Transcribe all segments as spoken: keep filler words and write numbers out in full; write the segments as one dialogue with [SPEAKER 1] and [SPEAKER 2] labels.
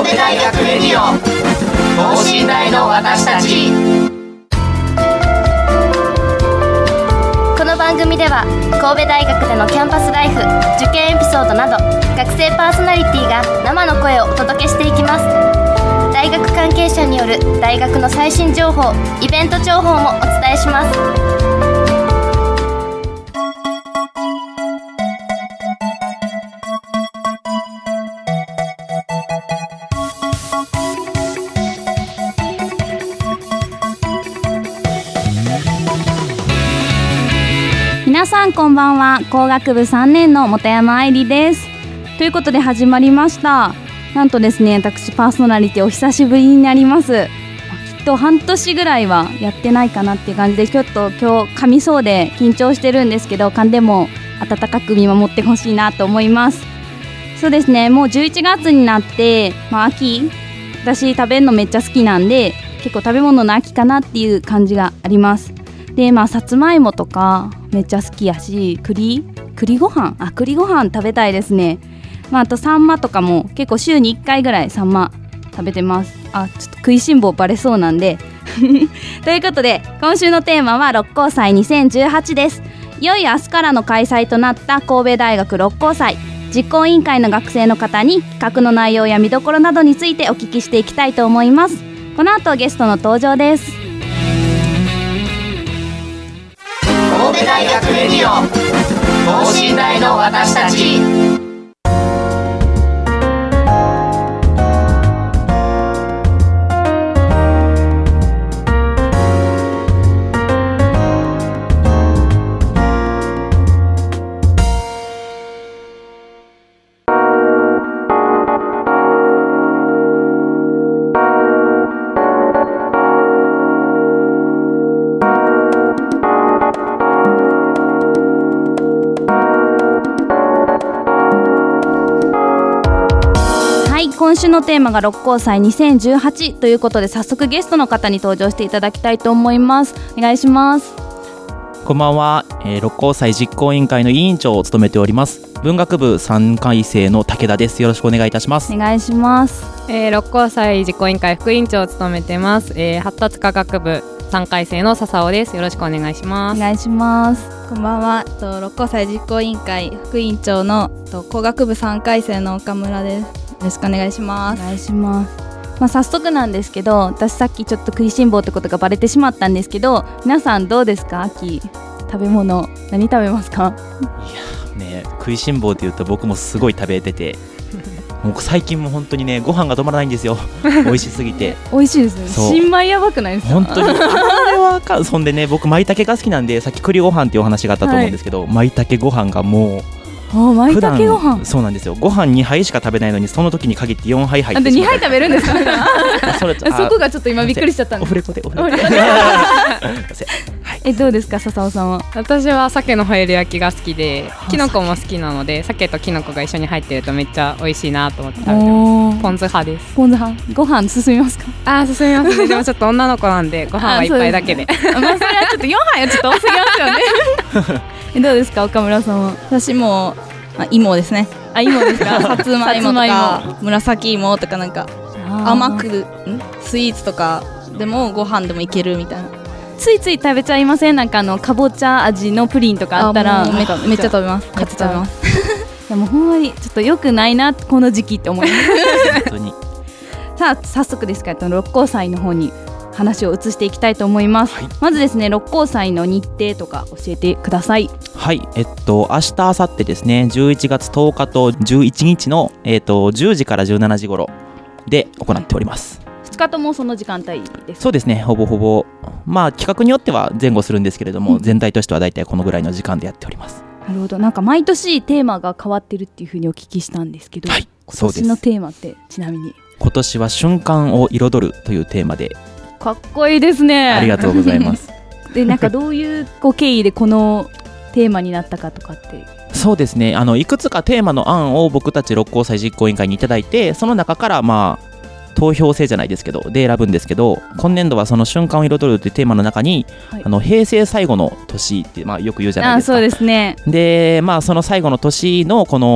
[SPEAKER 1] 神戸大学レディオ等身大の私たち。
[SPEAKER 2] この番組では神戸大学でのキャンパスライフ、受験エピソードなど学生パーソナリティが生の声をお届けしていきます。大学関係者による大学の最新情報、イベント情報もお伝えします。
[SPEAKER 3] 皆さんこんばんは。工学部さんねんの本山愛理です。ということで始まりました。なんとですね、私パーソナリティお久しぶりになります。きっと半年ぐらいはやってないかなっていう感じで、ちょっと今日噛みそうで緊張してるんですけど、噛んでも温かく見守ってほしいなと思います。そうですね、もうじゅういちがつになって、まあ、秋、私食べるのめっちゃ好きなんで、結構食べ物の秋かなっていう感じがあります。で、まあさつまいもとかめっちゃ好きやし、栗栗ご飯あ栗ご飯食べたいですね。まあ、あとサンマとかも結構週にいっかいぐらいサンマ食べてます。あ、ちょっと食いしん坊バレそうなんでということで今週のテーマは六甲祭にせんじゅうはちです。いよいよ明日からの開催となった神戸大学六甲祭、実行委員会の学生の方に企画の内容や見どころなどについてお聞きしていきたいと思います。この後ゲストの登場です。
[SPEAKER 1] 神戸大学レディオ等身大の私たち。
[SPEAKER 3] 今週のテーマが六甲祭にせんじゅうはちということで、早速ゲストの方に登場していただきたいと思います。お願いします。
[SPEAKER 4] こんばんは、えー、六甲祭実行委員会の委員長を務めております文学部さんかい生の武田です。よろしくお願いいたします。
[SPEAKER 3] お願いします。
[SPEAKER 5] えー、六甲祭実行委員会副委員長を務めてます、えー、発達科学部さんかい生の笹尾です。よろしくお願いします。
[SPEAKER 3] お願いします。
[SPEAKER 6] こんばんは、六甲祭実行委員会副委員長の工学部さんかい生の岡村です。よろしくお願いします。
[SPEAKER 3] お願いします。まあ、早速なんですけど、私さっきちょっと食いしん坊ってことがバレてしまったんですけど、皆さんどうですか？秋食べ物何食べますか？
[SPEAKER 4] いやね、食いしん坊って言うと僕もすごい食べててもう最近も本当にねご飯が止まらないんですよ美味しすぎて。
[SPEAKER 3] 美味しいですね。新米やばくないですか？
[SPEAKER 4] 本当にあれはかそんでね、僕舞茸が好きなんで、さっき栗ご飯っていうお話があったと思うんですけど、はい、舞茸ご飯がもう
[SPEAKER 3] あ、舞茸ご飯。
[SPEAKER 4] そうなんですよ。ご飯にはいしか食べないのに、その時に限ってよんはい入ってしまう。
[SPEAKER 3] にはい食べるんですか？
[SPEAKER 4] そ, れ
[SPEAKER 3] そこがちょっと今びっくりしちゃったんです。
[SPEAKER 4] オフレコでオフレコで
[SPEAKER 3] え、どうですか笹尾さんは？
[SPEAKER 5] 私は鮭のホイル焼きが好きで、キノコも好きなので、鮭とキノコが一緒に入ってるとめっちゃ美味しいなと思って食べてます。ポン酢派です。
[SPEAKER 3] ポン酢派。ご飯進みますか？
[SPEAKER 5] あ、進みますね。でもちょっと女の子なんでご飯は一杯だけで。
[SPEAKER 3] まあそれはちょっとよんはいはちょっと多すぎますよねえ、どうですか岡村さんは？
[SPEAKER 6] 私もあ、芋ですね。
[SPEAKER 3] あ、芋ですか？
[SPEAKER 6] さつまいもとか紫芋とか、なんか甘くんスイーツとかでもご飯でもいけるみたいな。
[SPEAKER 3] ついつい食べちゃいません？なんかあのかぼちゃ味のプリンとかあったら
[SPEAKER 6] めっちゃ食べます。めっちゃ食べます
[SPEAKER 3] でもほんまにちょっと良くないなこの時期って思います
[SPEAKER 4] 本当に。
[SPEAKER 3] さあ早速ですから六甲祭の方に話を移していきたいと思います、はい、まずですね、六甲祭の日程とか教えてください。
[SPEAKER 4] はい、えっと明日明後日ですね、じゅういちがつとおかとじゅういちにちの、えっと、じゅうじからじゅうしちじ頃で行っております、
[SPEAKER 3] はい、ふつかともその時間帯です。
[SPEAKER 4] そうですね、ほぼほぼ、まあ企画によっては前後するんですけれども、うん、全体としてはだいたいこのぐらいの時間でやっております。
[SPEAKER 3] なるほど。なんか毎年テーマが変わってるっていうふうにお聞きしたんですけど、はい、今年のテーマってちなみに？
[SPEAKER 4] 今年は瞬間を彩るというテーマで。
[SPEAKER 3] かっこいいですね。
[SPEAKER 4] ありがとうございます
[SPEAKER 3] で、なんかどういうこう経緯でこのテーマになったかとかって？
[SPEAKER 4] そうですね、あのいくつかテーマの案を僕たち六甲祭実行委員会にいただいて、その中からまあ投票制じゃないですけどで選ぶんですけど、今年度はその瞬間を彩るというテーマの中に、はい、あの平成最後の年って、まあ、よく言うじゃないですか。
[SPEAKER 3] あ、そうですね。
[SPEAKER 4] で、まあ、その最後の年のこの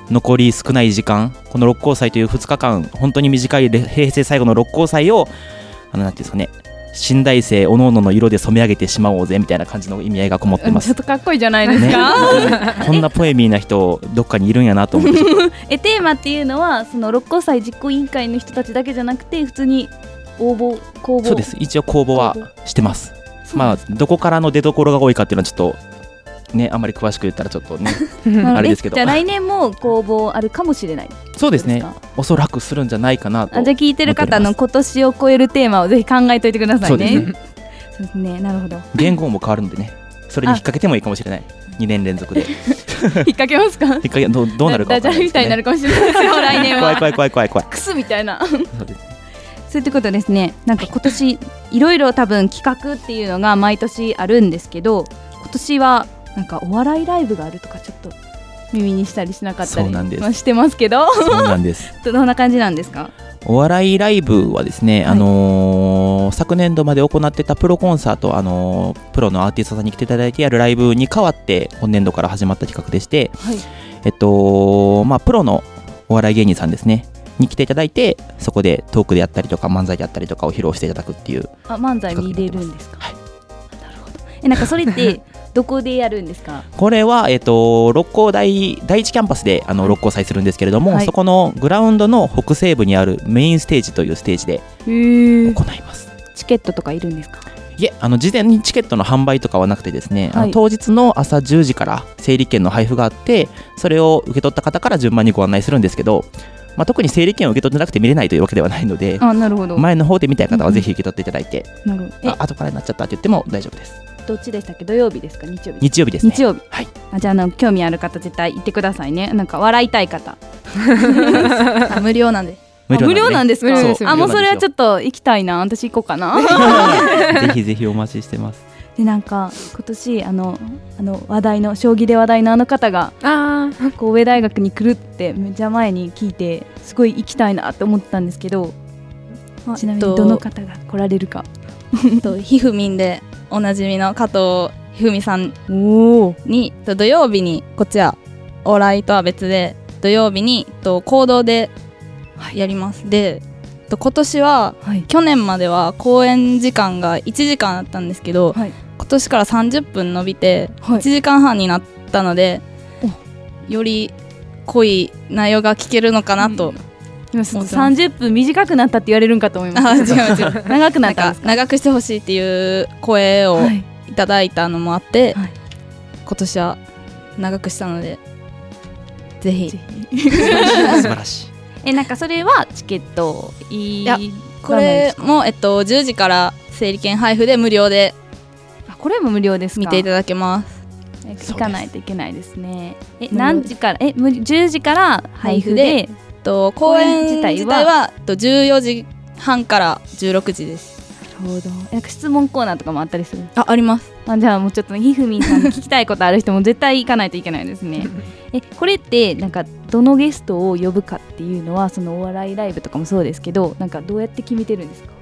[SPEAKER 4] 残り少ない時間、この六甲祭というふつかかん、本当に短い平成最後の六甲祭を、あのなんていうんですかね、新大生おのおのの色で染め上げてしまおうぜみたいな感じの意味合いがこもってます。
[SPEAKER 3] ちょっとかっこいいじゃないですか、
[SPEAKER 4] ね、こんなポエミーな人どっかにいるんやなと思って
[SPEAKER 3] えテーマっていうのはその六甲祭実行委員会の人たちだけじゃなくて普通に応募公募。
[SPEAKER 4] そうです、一応公募はしてます。まあどこからの出所が多いかっていうのはちょっとね、あんまり詳しく言ったらちょっとねあれですけど、
[SPEAKER 3] じゃあ来年も公募あるかもしれない。
[SPEAKER 4] そうですね、おそらくするんじゃないかなと。
[SPEAKER 3] あ、じゃあ聞いてる方の今年を超えるテーマをぜひ考えといてくださいね。そうですねそうですね、なるほど。
[SPEAKER 4] 言語も変わるのでね、それに引っ掛けてもいいかもしれない。にねん連続で
[SPEAKER 3] 引っ掛けますか。引っ
[SPEAKER 4] 掛け ど, どうなるか分からないですね。ダジャレみ
[SPEAKER 3] たいになるかもしれないですよ来年は。
[SPEAKER 4] 怖い怖い怖い怖い怖い
[SPEAKER 3] クスみたいなそうです。そういうことですね。なんか今年いろいろ多分企画っていうのが毎年あるんですけど、今年はなんかお笑いライブがあるとかちょっと耳にしたりしなかったりましてますけど、
[SPEAKER 4] そうなんです
[SPEAKER 3] どんな感じなんですか。
[SPEAKER 4] お笑いライブはですね、はい、あのー、昨年度まで行ってたプロコンサート、あのー、プロのアーティストさんに来ていただいてやるライブに代わって今年度から始まった企画でして、はい、えっとまあプロのお笑い芸人さんですねに来ていただいて、そこでトークでやったりとか漫才でやったりとかを披露していただくっていう。
[SPEAKER 3] あ、漫才見れるんですか。はい、なるほど。え、なんかそれってどこでやるんですか。
[SPEAKER 4] これは、えっと、六甲第第一キャンパスであの六甲祭するんですけれども、はい、そこのグラウンドの北西部にあるメインステージというステージで行います。
[SPEAKER 3] チケットとかいるんですか。
[SPEAKER 4] いえ、あの事前にチケットの販売とかはなくてですね、はい、あの当日の朝じゅうじから整理券の配布があって、それを受け取った方から順番にご案内するんですけど、まあ、特に整理券を受け取ってなくて見れないというわけではないので、
[SPEAKER 3] あ、なるほど。
[SPEAKER 4] 前の方で見たい方はぜひ受け取っていただいて、
[SPEAKER 3] うんうん、なるほど。
[SPEAKER 4] あ、後からになっちゃったって言っても大丈夫です。
[SPEAKER 3] どっちでしたっけ。土曜日ですか、日曜日。
[SPEAKER 4] 日曜日ですね。
[SPEAKER 3] 日曜日、
[SPEAKER 4] はい。
[SPEAKER 3] あ、じゃあ、あの興味ある方絶対行ってくださいね。なんか笑いたい方
[SPEAKER 6] あ、無料なんで。
[SPEAKER 3] 無料なんで、ね、無料なんですか。
[SPEAKER 4] そう、
[SPEAKER 3] あ、もうそれはちょっと行きたいな。私行こうかな
[SPEAKER 4] ぜひぜひお待ちしてます。
[SPEAKER 3] で、なんか今年あのあの話題の将棋で話題のあの方が神戸大学に来るってめっちゃ前に聞いて、すごい行きたいなって思ったんですけど、ちなみにどの方が来られるか。
[SPEAKER 6] とひふみんでおなじみの加藤ひふみさんに、と土曜日にこっちはお笑いとは別で土曜日にと行動でやります。で、と今年は、はい、去年までは公演時間がいちじかんだったんですけど、はい、今年からさんじゅっぷん伸びていちじかんはんになったので、はい、より濃い内容が聞けるのかなと、
[SPEAKER 3] うん、さんじゅっぷん短くなったって言われるんかと思います。違う違う長くなったんですか。
[SPEAKER 6] 長くしてほしいっていう声をいただいたのもあって、はい、今年は長くしたのでぜひ。
[SPEAKER 4] 素晴らしい。
[SPEAKER 3] え、なんかそれはチケットいい。
[SPEAKER 6] いや、これも、えっと、じゅうじから整理券配布で無料で、
[SPEAKER 3] あ、これも無料ですか。
[SPEAKER 6] 見ていただけます。
[SPEAKER 3] 行かないといけないですね。え、何時から、え、じゅうじから配布で、えっ
[SPEAKER 6] と、公演自体はじゅうよじはんからじゅうろくじです。
[SPEAKER 3] なるほど。なんか質問コーナーとかもあったりする。
[SPEAKER 6] あ、あります。
[SPEAKER 3] あ、じゃあもうちょっとひふみんさんに聞きたいことある人も絶対行かないといけないですね。え、これってなんかどのゲストを呼ぶかっていうのは、そのお笑いライブとかもそうですけど、なんかどうやって決めてるんですか。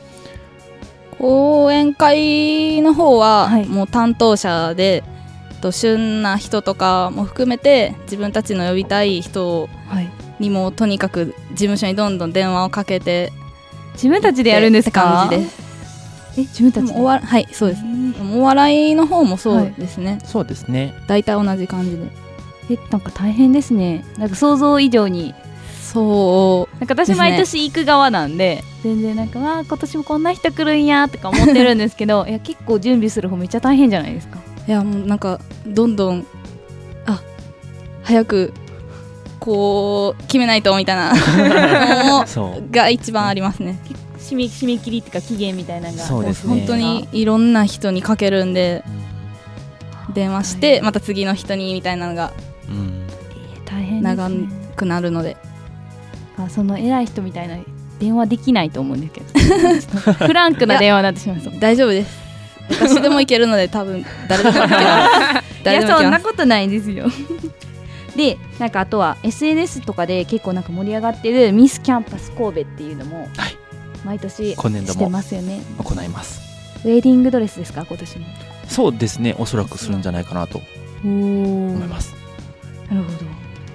[SPEAKER 6] 講演会の方はもう担当者で、と旬な人とかも含めて自分たちの呼びたい人にもとにかく事務所にどんどん電話をかけて、
[SPEAKER 3] 自分たちでやるんですか。
[SPEAKER 6] って感じです。
[SPEAKER 3] え、自分たちで。
[SPEAKER 6] おわ、はい、そうです。お笑いの方もそうですね。
[SPEAKER 4] はい、そうですね。
[SPEAKER 6] 大体同じ感じで。
[SPEAKER 3] え、なんか大変ですね。なんか想像以上に。
[SPEAKER 6] そう。
[SPEAKER 3] なんか私毎年行く側なんで、全然なんか、わあ、今年もこんな人来るんやとか思ってるんですけど、いや、結構準備する方めっちゃ大変じゃないですか。
[SPEAKER 6] いや、もうなんかどんどん、あ、早くこう決めないとみたいなのが一番ありますね。
[SPEAKER 3] 締め、締め切りっていうか期限みたいなのが。
[SPEAKER 4] そうですね。
[SPEAKER 6] 本当にいろんな人にかけるんで、うん、電話してまた次の人にみたいなのが、うん、
[SPEAKER 3] 大変ですね。
[SPEAKER 6] 長くなるので、
[SPEAKER 3] あ、その偉い人みたいな電話できないと思うんですけどフランクな電話になってしまいそう。
[SPEAKER 6] 大丈夫です。私でもいけるので多分誰でもいけます。
[SPEAKER 3] いや、そんなことないんですよで、なんかあとは エスエヌエス とかで結構なんか盛り上がってるミスキャンパス神戸っていうのも毎年してますよね。
[SPEAKER 4] 行います。
[SPEAKER 3] ウェディングドレスですか、今年も。
[SPEAKER 4] そうですね、おそらくするんじゃないかなと思います。
[SPEAKER 3] なるほど。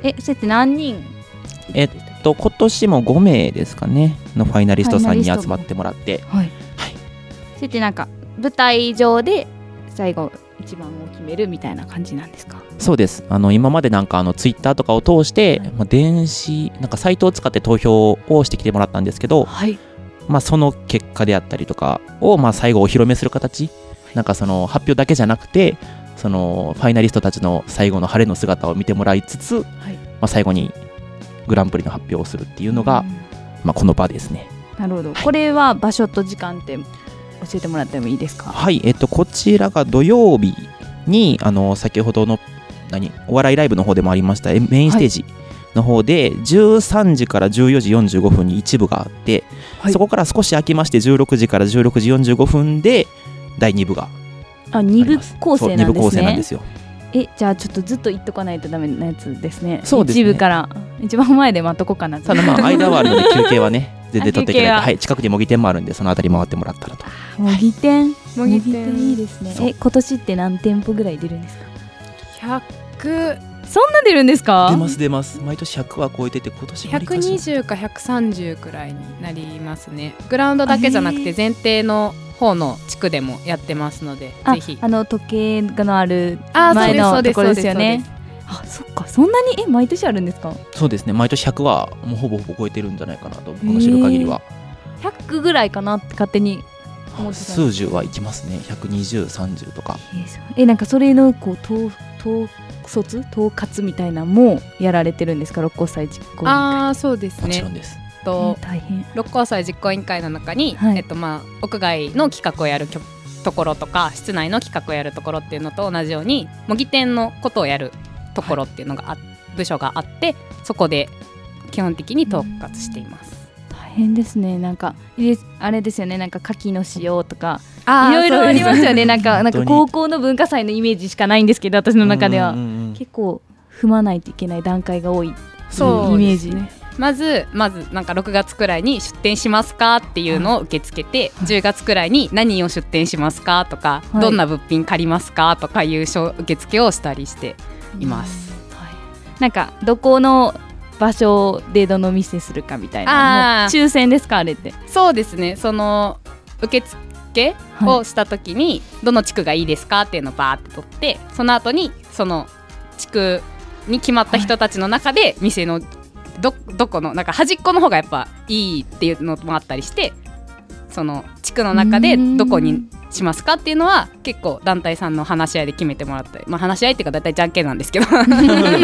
[SPEAKER 3] えそれって何人
[SPEAKER 4] えっと今年もごめいですかねのファイナリストさんに集まってもらって、
[SPEAKER 3] はい、はい、それってなんか舞台上で最後一番を決めるみたいな感じなんですか？
[SPEAKER 4] そうです。あの今までなんかあのツイッターとかを通して、はい、まあ、電子なんかサイトを使って投票をしてきてもらったんですけど、はい、まあ、その結果であったりとかをまあ最後お披露目する形、なんかその発表だけじゃなくてそのファイナリストたちの最後の晴れの姿を見てもらいつつ、はい、まあ、最後にグランプリの発表をするっていうのが、うん、まあ、この場ですね。
[SPEAKER 3] なるほど、はい、これは場所と時間って教えてもらってもいいですか？
[SPEAKER 4] はい、えっと、こちらが土曜日にあの先ほどの何お笑いライブの方でもありましたメインステージの方で、はい、じゅうさんじからじゅうよじよんじゅうごふんに一部があって、はい、そこから少し空きましてじゅうろくじからじゅうろくじよんじゅうごふんでだいに部があります。あ、に部構成なんですね。そう、に部構成なんですよ。
[SPEAKER 3] え、じゃあちょっとずっと言っとかないとダメなやつですね。
[SPEAKER 4] そうですね。
[SPEAKER 3] 一部から一番前で待っとこうかな。
[SPEAKER 4] ただまあ間はあるので休憩はね全然取っていただいて、はい、近くに模擬店もあるんでそのあたり回ってもらったらと。
[SPEAKER 3] 模擬店模擬店いいですね。え、今年って何店舗ぐらい出るんですか？
[SPEAKER 5] ひゃく、
[SPEAKER 3] そんな出るんですか？
[SPEAKER 4] 出ます出ます。毎年ひゃくは超えてて今年
[SPEAKER 5] ひゃくにじゅうかひゃくさんじゅうくらいになりますね。グラウンドだけじゃなくて前提の方の地区でもやってますので、ぜひ。
[SPEAKER 3] あの時計のある前のところですよね。あ、そっか、そんなにえ毎年あるんですか？
[SPEAKER 4] そうですね、毎年ひゃくはもうほぼほぼ超えてるんじゃないかなと僕の知る限りは。
[SPEAKER 3] ひゃくぐらいかなって勝手に思ってた。
[SPEAKER 4] 数十はいきますね。ひゃくにじゅう、さんじゅうとか。
[SPEAKER 3] え、なんかそれのこう統統率統括みたいなのもやられてるんですか？六甲祭実行委員会。
[SPEAKER 5] ああ、そうですね。
[SPEAKER 4] もちろんです。
[SPEAKER 5] と、
[SPEAKER 3] 大変。
[SPEAKER 5] 六甲祭実行委員会の中に、はい、えっとまあ屋外の企画をやるところとか室内の企画をやるところっていうのと同じように模擬店のことをやるところっていうのがあ、はい、部署があってそこで基本的に統括しています。
[SPEAKER 3] うん、大変ですね。なんかあれですよね、なんか牡蠣の使用とかいろいろありますよね。なんかなんか高校の文化祭のイメージしかないんですけど私の中では、うんうんうん、結構踏まないといけない段階が多いイメージね。
[SPEAKER 5] まずまずなんかろくがつくらいに出店しますかっていうのを受け付けて、はい、じゅうがつくらいに何を出店しますかとか、はい、どんな物品借りますかとかいう受付をしたりしています。
[SPEAKER 3] うん、はい、なんかどこの場所でどの店するかみたいな抽選ですか？あれって。
[SPEAKER 5] そうですね、その受付をした時に、はい、どの地区がいいですかっていうのをバーって取ってその後にその地区に決まった人たちの中で店のど, どこのなんか端っこの方がやっぱいいっていうのもあったりしてその地区の中でどこにしますかっていうのは結構団体さんの話し合いで決めてもらったり、まあ、話し合いっていうか大体じゃんけんなんですけどな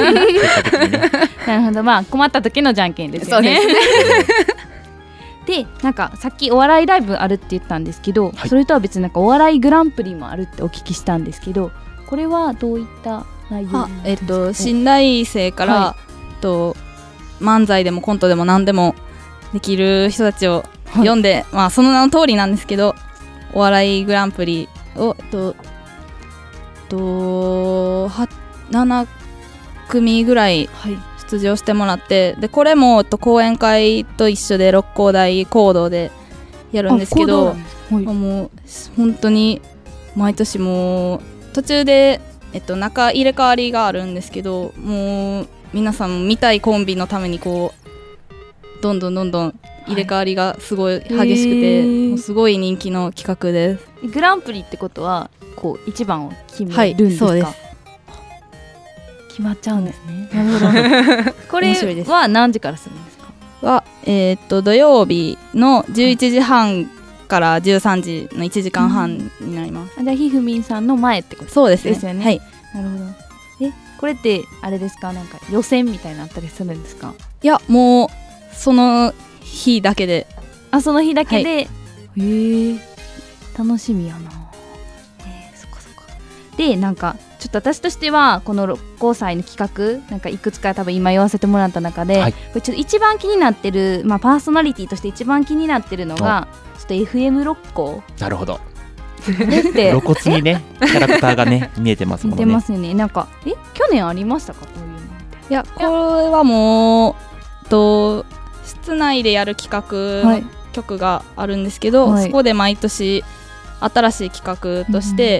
[SPEAKER 3] るほど、まあ困った時のじゃんけんですよね。そうですでなんかさっきお笑いライブあるって言ったんですけど、はい、それとは別になんかお笑いグランプリもあるってお聞きしたんですけどこれはどういった内容なんですか？えっと、
[SPEAKER 6] 新大生から、はい、と漫才でもコントでも何でもできる人たちを呼んで、はい、まあ、その名の通りなんですけどお笑いグランプリをととななくみぐらい出場してもらって、はい、でこれもと講演会と一緒で六甲大講堂でやるんですけど、はい、もう本当に毎年もう途中で、えっと、中入れ替わりがあるんですけどもう皆さん見たいコンビのためにこうどんどんどんどん入れ替わりがすごい激しくて、はい、もうすごい人気の企画です。
[SPEAKER 3] グランプリってことはこう一番を決めるんですか？はい、そうです。決まっちゃうんですね。なるほど。これは何時からするんですか？
[SPEAKER 6] は、えー、っと土曜日のじゅういちじはんからじゅうさんじのいちじかんはんになります。
[SPEAKER 3] うん、じゃあひふみんさんの前ってことですね。
[SPEAKER 6] そうですね。ですよね。はい。
[SPEAKER 3] なるほど。えこれってあれですか、なんか予選みたいなのあったりするんですか？
[SPEAKER 6] いやもうその日だけで。
[SPEAKER 3] あ、その日だけで、はい、へえ楽しみやな。えー、そっかそっか。でなんかちょっと私としてはこの六甲祭の企画なんかいくつか多分今言わせてもらった中で、はい、これちょっと一番気になってる、まあ、パーソナリティとして一番気になってるのがちょっと エフエム 六甲。
[SPEAKER 4] なるほど。露骨にねキャラクターがね見えてますもんね。
[SPEAKER 3] 見てますよね。なんかえ去年ありましたかこういうのって？
[SPEAKER 6] いやこれはもうと室内でやる企画の曲があるんですけど、はい、そこで毎年新しい企画として、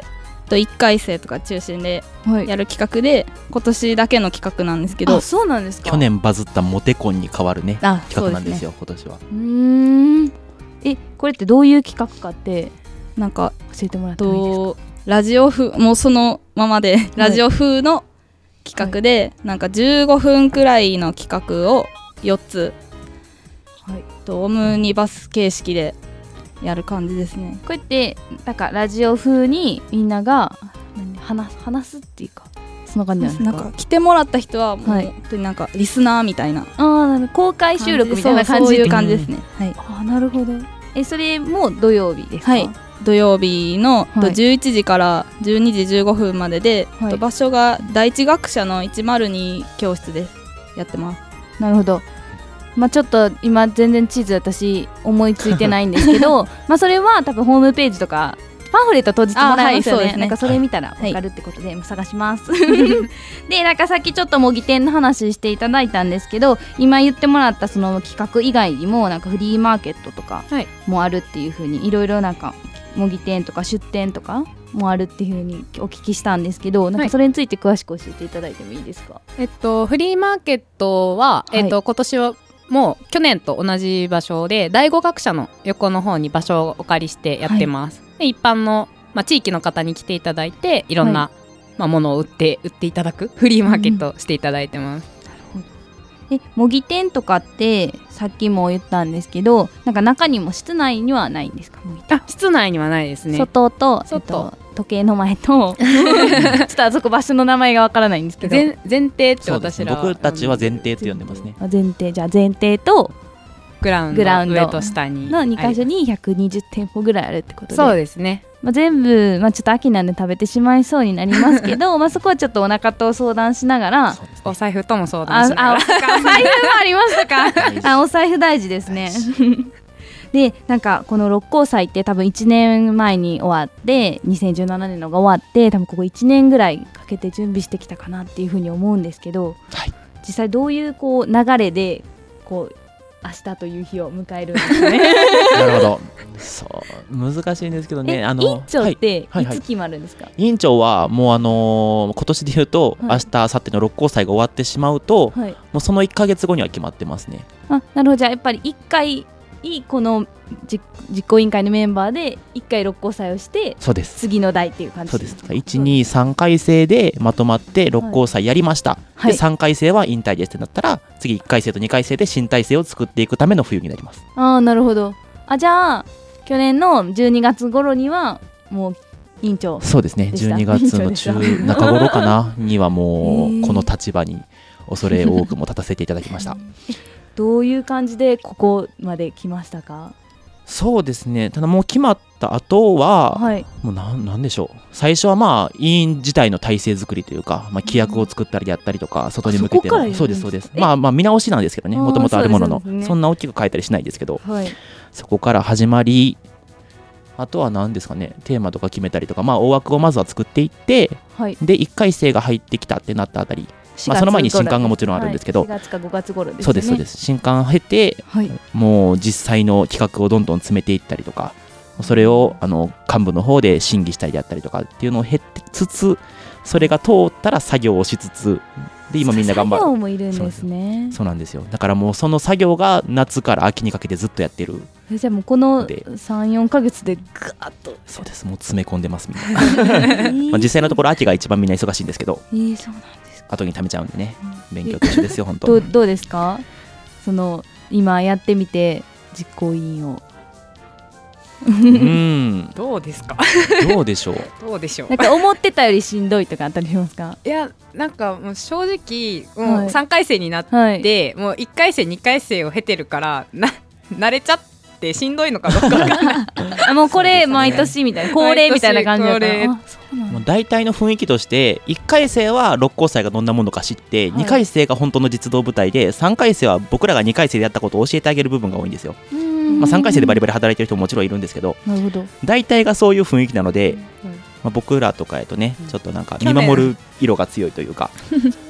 [SPEAKER 6] といっかい生とか中心で
[SPEAKER 3] はい
[SPEAKER 6] やる企画で、今年だけの企画なんですけど、
[SPEAKER 3] あそうなんですか。
[SPEAKER 4] 去年バズったモテコンに代わるね
[SPEAKER 6] あ
[SPEAKER 4] 企画なんですよ、今年は。
[SPEAKER 3] うーんえこれってどういう企画かって
[SPEAKER 6] なんか
[SPEAKER 3] 教えてもらってもいいですか。
[SPEAKER 6] とラジオ風もうそのままでラジオ風の企画で、なんかじゅうごふんくらいの企画をよっつ、
[SPEAKER 3] はい、
[SPEAKER 6] とオムニバス形式でやる感じですね。
[SPEAKER 3] こうやってなんかラジオ風にみんなが何話す話すっていうかそんな感じなんですか。
[SPEAKER 6] なんか来てもらった人はもう
[SPEAKER 3] はい
[SPEAKER 6] 本当になんかリスナーみたいな
[SPEAKER 3] あーなるほど公開収録みたいな感じ
[SPEAKER 6] そうそういう
[SPEAKER 3] で
[SPEAKER 6] 感じですね。はい、
[SPEAKER 3] あーなるほど。えそれも土曜日ですか。
[SPEAKER 6] はい土曜日の、
[SPEAKER 3] はい
[SPEAKER 6] とじゅういちじからじゅうにじじゅうごふんまでで、
[SPEAKER 3] はい
[SPEAKER 6] と場所が第一学舎のいちまるに教室でやってます。
[SPEAKER 3] なるほど。まあちょっと今全然地図私思いついてないんですけどまあそれは多分ホームページとかパンフレット閉じてもらいますよね。
[SPEAKER 6] あはいそうですね
[SPEAKER 3] なんかそれ見たら分かるってことで、探しますでなんかさっきちょっと模擬店の話していただいたんですけど、今言ってもらったその企画以外にもなんかフリーマーケットとか
[SPEAKER 5] はい
[SPEAKER 3] もあるっていう風にいろいろなんか模擬店とか出店とかもあるっていう風にお聞きしたんですけど、なんかそれについて詳しく教えていただいてもいいですか。
[SPEAKER 5] えっとフリーマーケットは、
[SPEAKER 3] はい
[SPEAKER 5] えっと今年はもう去年と同じ場所で第五学舎の横の方に場所をお借りしてやってます、で一般の、まあ、地域の方に来ていただいていろんな、
[SPEAKER 3] は
[SPEAKER 5] まあ、ものを売って売っていただくフリーマーケットをしていただいてます、
[SPEAKER 3] で模擬店とかってさっきも言ったんですけど、なんか中にも室内にはないんですか。模擬店
[SPEAKER 5] あ室内にはないですね。
[SPEAKER 3] 外と、えっ
[SPEAKER 5] 外
[SPEAKER 3] と、時計の前とちょっとあそこ場所の名前がわからないんですけど、
[SPEAKER 5] 前前提って
[SPEAKER 4] そうですね
[SPEAKER 5] 私らは
[SPEAKER 4] 僕たちは前提って呼んでますね。
[SPEAKER 3] あ前提じゃあ前提と
[SPEAKER 5] グラウン
[SPEAKER 3] グラウンド
[SPEAKER 5] ド上と下に
[SPEAKER 3] のにかしょ
[SPEAKER 5] あり
[SPEAKER 3] にひゃくにじゅってんぽぐらいあるってことで、
[SPEAKER 5] そうですね。
[SPEAKER 3] まあ、全部、まあ、ちょっと秋なんで食べてしまいそうになりますけどまあそこはちょっとお腹と相談しながら、
[SPEAKER 4] そうですね
[SPEAKER 5] お財布とも相
[SPEAKER 3] あ
[SPEAKER 5] 談しながら
[SPEAKER 3] あそっかお財布もありましたか
[SPEAKER 4] 大事
[SPEAKER 3] あお財布大事ですねでなんかこの六甲祭って多分いちねんまえに終わってにせんじゅうななねんのが終わって多分ここいちねんぐらいかけて準備してきたかなっていうふうに思うんですけど、
[SPEAKER 4] はい
[SPEAKER 3] 実際どういうこう流れでこう明日という日を迎えるんですかね
[SPEAKER 4] なるほど。そう難しいんですけどね。
[SPEAKER 3] え
[SPEAKER 4] あの
[SPEAKER 3] 委員長ってい
[SPEAKER 4] はいはいはい
[SPEAKER 3] つ決まるんですか。
[SPEAKER 4] 委員長はもうあのー今年で言うと、
[SPEAKER 3] はい
[SPEAKER 4] 明日明後日の六甲祭が終わってしまうと、
[SPEAKER 3] はい、
[SPEAKER 4] もうそのいっかげつごには決まってますね。
[SPEAKER 3] あなるほど。じゃあやっぱりいっかいこの実実行委員会のメンバーでいっかい六甲祭をして
[SPEAKER 4] そうです。
[SPEAKER 3] 次の代っていう感じ
[SPEAKER 4] そうです。いち、に、さんかい生でまとまって六甲祭やりました。
[SPEAKER 3] はい
[SPEAKER 4] でさんかい生は引退ですってなったら、次いっかい生とにかい生で新体制を作っていくための冬になります。
[SPEAKER 3] ああなるほど。あじゃあ去年のじゅうにがつ頃にはもう委員長
[SPEAKER 4] そうですね。
[SPEAKER 3] でした
[SPEAKER 4] じゅうにがつの中
[SPEAKER 3] 委員長でした
[SPEAKER 4] 中頃かなにはも
[SPEAKER 3] へー
[SPEAKER 4] うこの立場に恐れ多くも立たせていただきました。
[SPEAKER 3] どういう感じでここまで来ましたか。
[SPEAKER 4] そうですね。ただもう決まった後は、
[SPEAKER 3] はい
[SPEAKER 4] もうなんなんでしょう、最初はまあ委員自体の体制作りというか、まあ、規約を作ったりやったりとか、外に向けての
[SPEAKER 3] そこからやるんです
[SPEAKER 4] そうですそうです
[SPEAKER 3] え
[SPEAKER 4] まあまあ見直しなんですけどね、
[SPEAKER 3] あー
[SPEAKER 4] もともとあるもののそ,、
[SPEAKER 3] そうですそうですね
[SPEAKER 4] んな大きく変えたりしないですけど、
[SPEAKER 3] はい
[SPEAKER 4] そこから始まり、あとは何ですかね、テーマとか決めたりとか、まあ大枠をまずは作っていって、
[SPEAKER 3] はい
[SPEAKER 4] でいっかい生が入ってきたってなったあたり、まあその前に新刊がもちろんあるんですけど
[SPEAKER 3] はい、しがつかごがつ頃ですね。
[SPEAKER 4] そうですそうです、新刊経て
[SPEAKER 3] はい
[SPEAKER 4] もう実際の企画をどんどん詰めていったりとか、それをあの幹部の方で審議したりであったりとかっていうのを経つつ、それが通ったら作業をしつつで、今みんな頑張る。
[SPEAKER 3] 作業もいるんですね。
[SPEAKER 4] そうなんですよ。だからもうその作業が夏から秋にかけてずっとやってる。
[SPEAKER 3] えじゃあもうこの
[SPEAKER 4] で
[SPEAKER 3] さん、よんかげつでガーッと
[SPEAKER 4] そうです、もう詰め込んでますみんなまあ実際のところ秋が一番みんな忙しいんですけど、
[SPEAKER 3] えー、そうなんですか。
[SPEAKER 4] 後に貯めちゃうんでね、勉強と一緒ですよ本
[SPEAKER 3] ど
[SPEAKER 4] 当
[SPEAKER 3] うどうですか、その今やってみて実行委員を
[SPEAKER 4] うん
[SPEAKER 5] どうですか
[SPEAKER 4] どうでしょう。
[SPEAKER 5] どうでしょう
[SPEAKER 3] なんか思ってたよりしんどいとかあったりしますか。
[SPEAKER 5] いやなんかもう正直も
[SPEAKER 3] はい
[SPEAKER 5] うさんかい生になって、
[SPEAKER 3] はい
[SPEAKER 5] もういっかい生にかい生を経てるからな慣れちゃってしんどいのかどうかわかんない
[SPEAKER 3] あもうこれ毎年みたいな恒例みたいな感じだった
[SPEAKER 5] 毎年恒
[SPEAKER 3] あそうなんだ
[SPEAKER 4] もう大体の雰囲気としていっかい生は六甲祭がどんなものか知って、
[SPEAKER 3] はい
[SPEAKER 4] にかい生が本当の実動部隊で、さんかい生は僕らがにかい生でやったことを教えてあげる部分が多いんですよ。
[SPEAKER 3] うーん
[SPEAKER 4] まあ、さんかい生でバリバリ働いてる人ももちろんいるんですけど、
[SPEAKER 3] なるほど。
[SPEAKER 4] 大体がそういう雰囲気なので、
[SPEAKER 3] はい
[SPEAKER 4] まあ、僕らとかへとねちょっとなんか
[SPEAKER 5] 去年
[SPEAKER 4] 見守る色が強いというか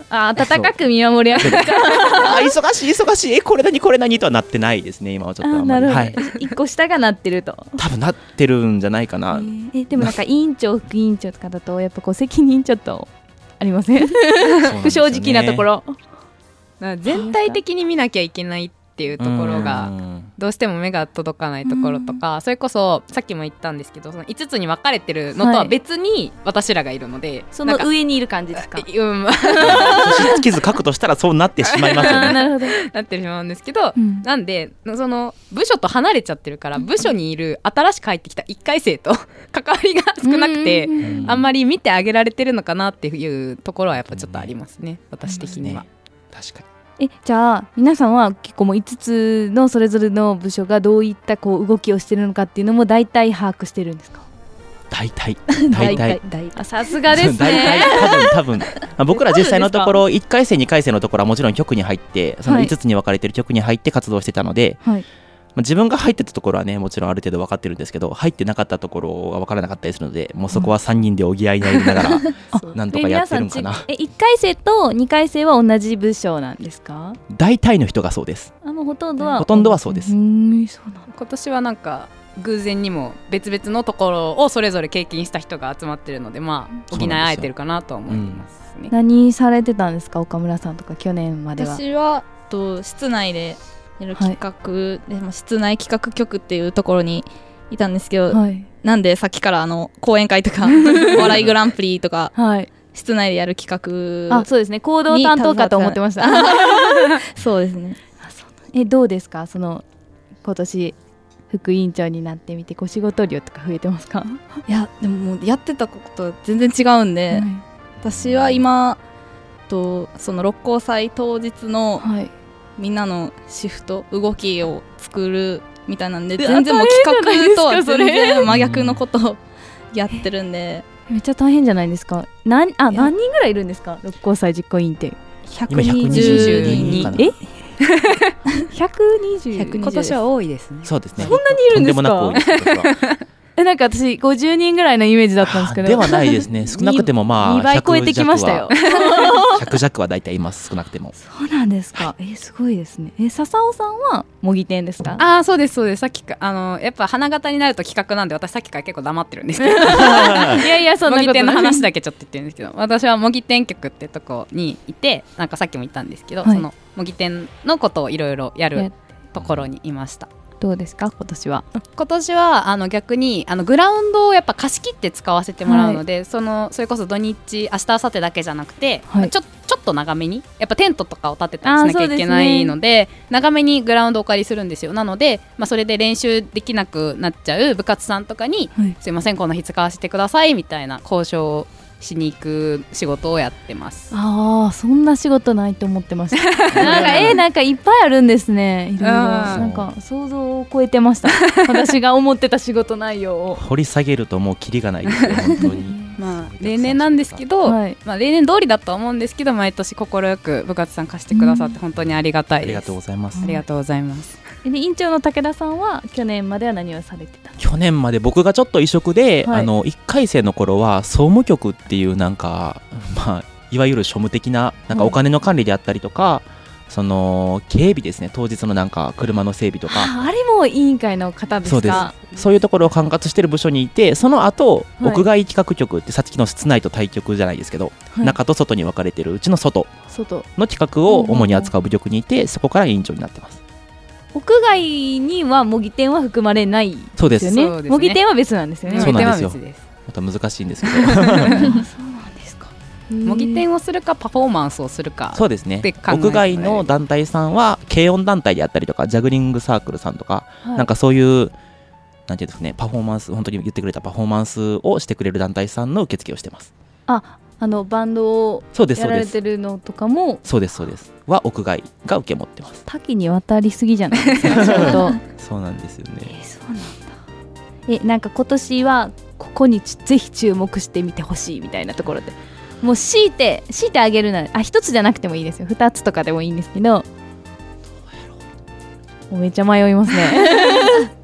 [SPEAKER 3] あ温かく見守り役
[SPEAKER 4] あ忙しい忙しいえこれ何これ何とはなってないですね今はちょっとあんまり。
[SPEAKER 3] なるほど、
[SPEAKER 4] はい、
[SPEAKER 3] 一個下がなってると
[SPEAKER 4] 多分なってるんじゃないかな。
[SPEAKER 3] えでもなんか委員長副委員長とかだとやっぱこう責任ちょっとありません不正直なところ。
[SPEAKER 5] 全体的に見なきゃいけないっていうところがどうしても目が届かないところとか、それこそさっきも言ったんですけどそのいつつに分かれてるのとは別に私らがいるので、はい、
[SPEAKER 3] その上にいる感じですか。
[SPEAKER 5] うん
[SPEAKER 4] 星月図書くとしたらそうなってしまいますよね
[SPEAKER 3] なるほど
[SPEAKER 5] なってしまうんですけど、
[SPEAKER 3] うん、
[SPEAKER 5] なんでその部署と離れちゃってるから部署にいる新しく入ってきたいっかい生と関わりが少なくてあんまり見てあげられてるのかなっていうところはやっぱちょっとありますね、私的には。
[SPEAKER 4] 確かに。
[SPEAKER 3] えじゃあ皆さんは結構もういつつのそれぞれの部署がどういったこう動きをしてるのかっていうのも大体把握してるんですか。
[SPEAKER 4] 大体大体
[SPEAKER 3] あさすがですね
[SPEAKER 4] 大体多分多分あ僕ら実際のところいっかい生にかい生のところはもちろん局に入ってそのいつつに分かれてる局に入って活動してたので、はいまあ、自分が入ってたところはねもちろんある程度分かってるんですけど入ってなかったところは分からなかったりするのでもうそこはさんにんで補い合いながらなんとかやってるんかな。
[SPEAKER 3] えいっかい生とにかい生は同じ部署なんですか。
[SPEAKER 4] 大体の人がそうです。
[SPEAKER 3] あもうほとんどは
[SPEAKER 4] ほとんどはそうです。
[SPEAKER 3] うんそうなんだ。
[SPEAKER 5] 今年はなんか偶然にも別々のところをそれぞれ経験した人が集まってるのでまあ補い合えてるかなと思いますね。
[SPEAKER 3] うん、何されてたんですか岡村さんとか去年までは。
[SPEAKER 6] 私はと室内でやる企画、はい、でも室内企画局っていうところにいたんですけど、はい、なんでさっきからあの講演会とかお笑いグランプリとか、はい、室内でやる企画
[SPEAKER 3] あそうですね行動担当かと思ってました
[SPEAKER 6] そうですね。
[SPEAKER 3] あそうえどうですかその今年副委員長になってみてこう仕事量とか増えてますか。
[SPEAKER 6] いやでももうやってたこと全然違うんで、はい、私は今とその六甲祭当日の、はいみんなのシフト動きを作るみたいなんで全然もう企画とは全然真逆のことをやってるんで
[SPEAKER 3] めっちゃ大変じゃないですか。何あ何人ぐらいいるんですか六甲祭実行委員って
[SPEAKER 6] ひゃくにじゅうにん
[SPEAKER 3] えひゃくにじゅう
[SPEAKER 5] 今年は多いですね。
[SPEAKER 4] そうですね
[SPEAKER 3] そんなにいるんですか。
[SPEAKER 4] とんでもなく多いです
[SPEAKER 3] えなんか私ごじゅうにんぐらいのイメージだったんですけど
[SPEAKER 4] ではないですね。少なくてもまあ
[SPEAKER 3] にばい超えてきましたよ
[SPEAKER 4] ひゃく弱はだいたいいます少なくても。
[SPEAKER 3] そうなんですか、はい、えすごいですね。え笹尾さんは模擬店ですか。
[SPEAKER 5] あそうですそうです。さっきかあのやっぱ花形になると企画なんで私さっきから結構黙ってるんですけどい
[SPEAKER 3] やいやそんなこと
[SPEAKER 5] 模擬店の話だけちょっと言ってるんですけど私は模擬店局ってとこにいてなんかさっきも言ったんですけど、はい、その模擬店のことをいろいろやるところにいました。
[SPEAKER 3] どうですか今年は。
[SPEAKER 5] 今年はあの逆にあのグラウンドをやっぱ貸し切って使わせてもらうので、はい、そのそれこそ土日明日明後日だけじゃなくて、はい、ちょ、ちょっと長めにやっぱテントとかを立てたりしなきゃいけないの で, で、ね、長めにグラウンドをお借りするんですよ。なので、まあ、それで練習できなくなっちゃう部活さんとかに、はい、すいませんこの日使わせてくださいみたいな交渉をしに行く仕事をやってます。
[SPEAKER 3] ああそんな仕事ないと思ってましたなんかえー、なんかいっぱいあるんですね。いろいろなんか想像を超えてました私が思ってた仕事内容を
[SPEAKER 4] 掘り下げるともうキリがないですよ本当に
[SPEAKER 5] まあ例年なんですけど、はいまあ、例年通りだとは思うんですけど毎年快く部活さん貸してくださって本当にありがたいです。
[SPEAKER 4] ありがとうございます。
[SPEAKER 5] ありがとうございます。
[SPEAKER 3] で委員長の武田さんは去年までは何をされてたんですか。
[SPEAKER 4] 去年まで僕がちょっと異色で、はい、あのいっかい生の頃は総務局っていうなんか、まあ、いわゆる庶務的な、なんかお金の管理であったりとか、はい、その警備ですね当日のなんか車の整備とか
[SPEAKER 3] あ, あれも委員会の方ですか。
[SPEAKER 4] そうですそういうところを管轄している部署にいてその後、はい、屋外企画局ってさっきの室内と対局じゃないですけど、はい、中と外に分かれてるうちの外の企画を主に扱う部局にいてそこから委員長になってます。
[SPEAKER 3] 屋外には模擬店は含まれないですよね。
[SPEAKER 4] そうです
[SPEAKER 3] 模擬店は別なんですよね。
[SPEAKER 4] そうなんですよ。また難しいんですけどそう
[SPEAKER 3] なんですか。
[SPEAKER 5] 模擬店をするかパフォーマンスをするか。
[SPEAKER 4] そうですね。屋外の団体さんは軽音団体であったりとかジャグリングサークルさんとか、はい、なんかそういうなんていうんですねパフォーマンス本当に言ってくれたパフォーマンスをしてくれる団体さんの受付をしてます。
[SPEAKER 3] ああのバンドをやられてるのとかも
[SPEAKER 4] そうですそうですは屋外が受け持ってます。
[SPEAKER 3] 多岐にわたりすぎじゃないですか
[SPEAKER 4] そうなんですよね。
[SPEAKER 3] えー、そうなんだ。えなんか今年はここにぜひ注目してみてほしいみたいなところでもう強いて強いてあげるならあ一つじゃなくてもいいですよ。二つとかでもいいんですけどもうめっちゃ迷いますね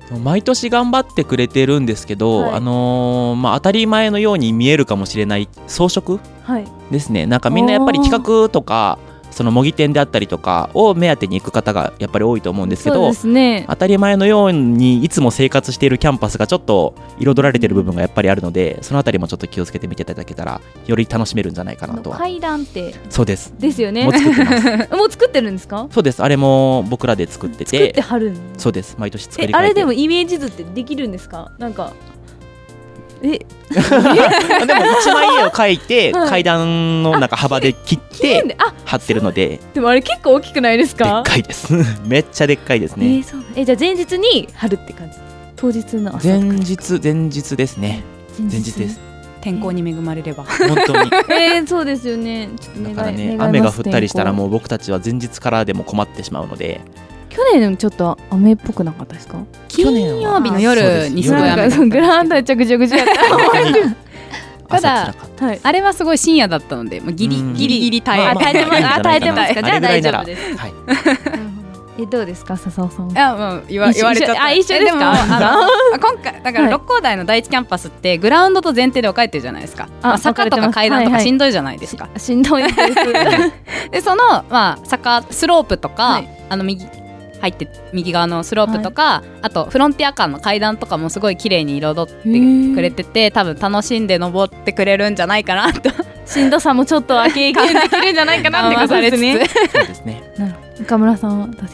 [SPEAKER 4] 毎年頑張ってくれてるんですけど、
[SPEAKER 3] はい
[SPEAKER 4] あのーまあ、当たり前のように見えるかもしれない装飾
[SPEAKER 3] はい
[SPEAKER 4] ですね。なんかみんなやっぱり企画とかその模擬店であったりとかを目当てに行く方がやっぱり多いと思うんですけど、
[SPEAKER 3] そうですね。
[SPEAKER 4] 当たり前のようにいつも生活しているキャンパスがちょっと彩られてる部分がやっぱりあるので、そのあたりもちょっと気をつけて見ていただけたらより楽しめるんじゃないかなとは。
[SPEAKER 3] 階段って
[SPEAKER 4] そうです、
[SPEAKER 3] ですよね。
[SPEAKER 4] もう作ってます
[SPEAKER 3] もう作ってるんですか？
[SPEAKER 4] そうです、あれも僕らで作ってて
[SPEAKER 3] 作ってはるん。
[SPEAKER 4] そうです、毎年作り
[SPEAKER 3] え、
[SPEAKER 4] 替えて
[SPEAKER 3] あれでもイメージ図ってできるんですか？なんかえ
[SPEAKER 4] でも一枚絵を描いて
[SPEAKER 3] はい
[SPEAKER 4] 階段のなんか幅で切って
[SPEAKER 3] あ、
[SPEAKER 4] 貼ってるので
[SPEAKER 3] でもあれ結構大きくないです
[SPEAKER 4] でっ
[SPEAKER 3] か？
[SPEAKER 4] かいですめっちゃでっかいです
[SPEAKER 3] え
[SPEAKER 4] ね
[SPEAKER 3] ー、そうなんえ、じゃあ前日に貼るって感じ。当日の朝
[SPEAKER 4] 前
[SPEAKER 3] とか
[SPEAKER 4] 日前日ですね前日です。
[SPEAKER 5] 天候に恵まれれば
[SPEAKER 4] 本当に
[SPEAKER 3] えー、そうですよね。ちょっと願い
[SPEAKER 4] だからね、
[SPEAKER 3] 願います
[SPEAKER 4] 雨が降ったりしたらも
[SPEAKER 3] う
[SPEAKER 4] う僕たちは前日からでも困ってしまうので、
[SPEAKER 3] 去年でもちょっと雨っぽくなかったですか？
[SPEAKER 4] 去年は
[SPEAKER 5] 金曜日の夜にすごい雨
[SPEAKER 3] なんかそうグラウンド着々じゃった。
[SPEAKER 4] 本当に
[SPEAKER 5] ただ
[SPEAKER 4] 朝辛かっ
[SPEAKER 3] はい。
[SPEAKER 5] あれはすごい深夜だったので、まあ、ギリ
[SPEAKER 4] うん
[SPEAKER 5] ギリギリ耐え
[SPEAKER 3] あ、
[SPEAKER 4] まあまあ
[SPEAKER 3] 耐えてます。あ、耐えてますか。じゃあ大
[SPEAKER 4] あれぐらいなら
[SPEAKER 3] 丈夫です。
[SPEAKER 4] はい、
[SPEAKER 3] え、どうですか、笹尾さん
[SPEAKER 5] い。やもう言わ
[SPEAKER 3] 一緒
[SPEAKER 5] 言われちゃった。
[SPEAKER 3] あ一緒ですか
[SPEAKER 5] えもあの今回だか
[SPEAKER 3] はい
[SPEAKER 5] ら六甲台の第一キャンパスってグラウンドと前提で分かれてるじゃないですか。
[SPEAKER 3] あ
[SPEAKER 5] まあ、坂とか階段と
[SPEAKER 3] 分かれてます
[SPEAKER 5] かしんどいじゃないですか。
[SPEAKER 3] しんどいです。
[SPEAKER 5] でそのまあ坂スロープとか、
[SPEAKER 3] はい
[SPEAKER 5] あの右入って右側のスロープとか、あとフロンティア間の階段とかもすごい綺麗に彩ってくれてて、多分楽しんで登ってくれるんじゃないかなと
[SPEAKER 3] しんどさもちょっとは経験できるんじゃないかなってことですね。
[SPEAKER 4] そうですね。
[SPEAKER 3] なるほど。岡村さんはどう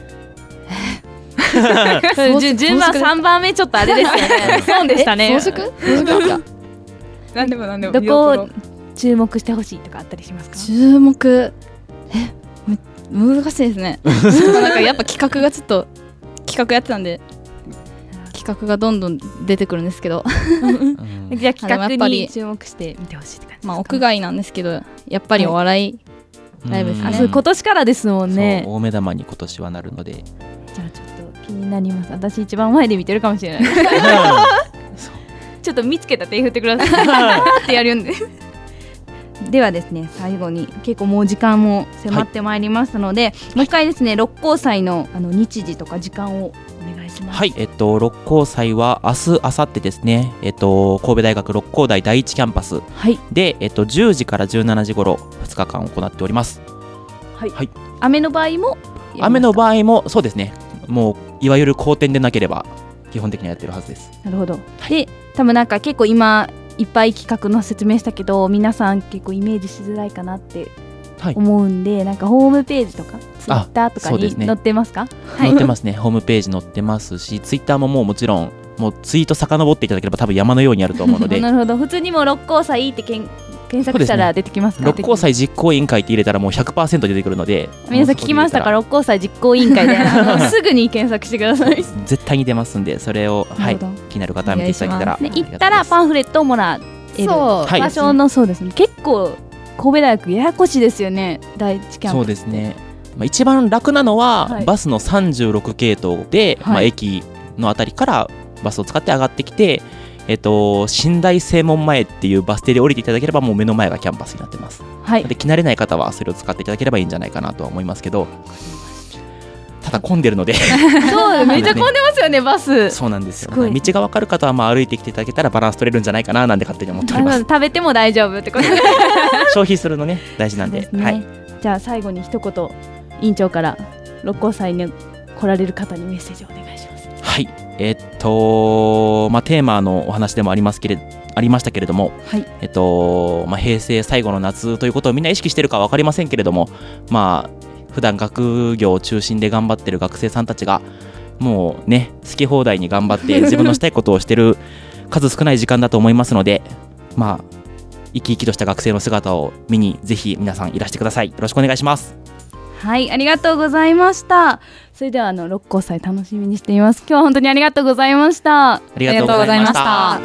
[SPEAKER 3] ですか？じゅ順番さんばんめちょっとあれですよね。そうでしたね。
[SPEAKER 6] 装飾装飾ですか？
[SPEAKER 5] なんでもなんでも
[SPEAKER 3] ど
[SPEAKER 5] 見どころ
[SPEAKER 3] こを注目してほしいとかあったりしますか？
[SPEAKER 6] 注目えめ難しいですねなんかやっぱ企画がちょっと企画やってたんで企画がどんどん出てくるんですけど
[SPEAKER 4] うん
[SPEAKER 3] じゃあ企
[SPEAKER 6] あでもやっぱり
[SPEAKER 3] 画に注目して見てほしいって感じですか？
[SPEAKER 6] まあ屋外なんですけどやっぱりお笑い、ライブですね
[SPEAKER 3] あ、そう今年からですもんね。
[SPEAKER 4] そう大目玉に今年はなるので
[SPEAKER 3] じゃあちょっと気になります。私一番前で見てるかもしれない。
[SPEAKER 4] そう
[SPEAKER 3] ちょっと見つけた手振ってくださいってやるんで。ではですね、最後に結構もう時間も迫ってまいりましたので、もう一回ですね、六甲祭のあの日時とか時間をお願いします。
[SPEAKER 4] はい、えっと、六甲祭は明日、明後日ですね、えっと、神戸大学六甲台第一キャンパス
[SPEAKER 3] はい、
[SPEAKER 4] で、えっと、じゅうじからじゅうしちじ頃ふつかかん行っております。
[SPEAKER 3] はい、
[SPEAKER 4] はい
[SPEAKER 3] 雨の場合も
[SPEAKER 4] 雨の
[SPEAKER 3] 合。
[SPEAKER 4] 場合もそうですね、もういわゆる好天でなければ基本的にはやってるはずです。
[SPEAKER 3] なるほど。で、多分なんか結構今いっぱい企画の説明したけど、皆さん結構イメージしづらいかなって
[SPEAKER 4] はい、
[SPEAKER 3] 思うんで、なんかホームページとかツイッターとかに
[SPEAKER 4] そうですね
[SPEAKER 3] 載ってますか？
[SPEAKER 4] 載ってますね、ホームページ載ってますし、ツイッターももうもちろん、もうツイート遡っていただければ多分山のようにあると思うので
[SPEAKER 3] なるほど。普通にもう六甲祭ってけん検索したら出てきますか？
[SPEAKER 4] 六甲祭実行委員会って入れたらもう ひゃくパーセント 出てくるので、
[SPEAKER 3] 皆さん聞きましたか？六甲祭実行委員会であのすぐに検索してください。
[SPEAKER 4] 絶対に出ますんで、それを、はい、
[SPEAKER 3] なるほど
[SPEAKER 4] 気になる方は見ていただけたら
[SPEAKER 3] で行ったらパンフレットをもらえる
[SPEAKER 5] そう
[SPEAKER 4] はい
[SPEAKER 3] 場所の、そうですね。結構神戸大学ややこしいですよね、第一キャンパス。
[SPEAKER 4] そうですね、まあ、一番楽なのは、
[SPEAKER 3] はい
[SPEAKER 4] バスのさんじゅうろく系統で、
[SPEAKER 3] はい
[SPEAKER 4] まあ、駅のあたりからバスを使って上がってきて、えっと、新大正門前っていうバス停で降りていただければもう目の前がキャンパスになってます。
[SPEAKER 3] はい。
[SPEAKER 4] で、来慣れない方はそれを使っていただければいいんじゃないかなとは思いますけど、ただ混んでるので
[SPEAKER 3] そう、めっちゃ混んでますよね、バス。
[SPEAKER 4] そうなんですよ、
[SPEAKER 3] すごい
[SPEAKER 4] 道が分かる方はまあ歩いてきていただけたらバランス取れるんじゃないかななんて勝手に思っており
[SPEAKER 3] あの
[SPEAKER 4] ます。
[SPEAKER 3] 食べても大丈夫ってことで
[SPEAKER 4] 消費するのね大事なんで、
[SPEAKER 3] すね。
[SPEAKER 4] はい、
[SPEAKER 3] じゃあ最後に一言委員長から六甲祭に来られる方にメッセージをお願いします。
[SPEAKER 4] はい、えっと、まあ、テーマのお話でもありますけれありましたけれども、
[SPEAKER 3] はい。
[SPEAKER 4] えっとまあ、平成最後の夏ということをみんな意識してるかは分かりませんけれども、まあ普段学業を中心で頑張ってる学生さんたちがもうね好き放題に頑張って自分のしたいことをしてる数少ない時間だと思いますので、まあ生き生きとした学生の姿を見にぜひ皆さんいらしてください。よろしくお願いします。
[SPEAKER 3] はい、ありがとうございました。それではあの六甲祭楽しみにしています。今日は本当にありがとうございました。
[SPEAKER 4] ありがとうございました。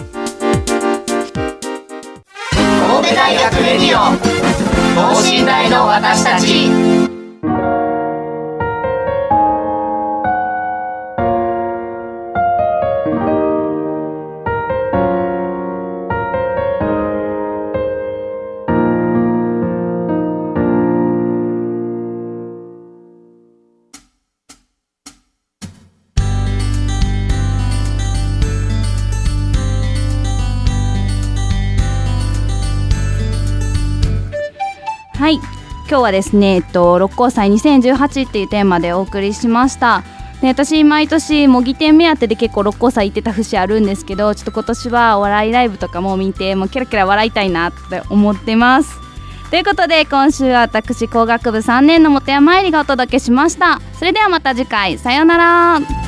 [SPEAKER 1] 神戸大学レディオ等身大の私たち。
[SPEAKER 3] 今日はですね、えっと、六甲祭にせんじゅうはちっていうテーマでお送りしました。で、私毎年模擬店目当てで結構六甲祭行ってた節あるんですけど、ちょっと今年はお笑いライブとかも見て、もうキラキラ笑いたいなって思ってます。ということで今週は私工学部さんねんの本山愛理がお届けしました。それではまた次回、さようなら。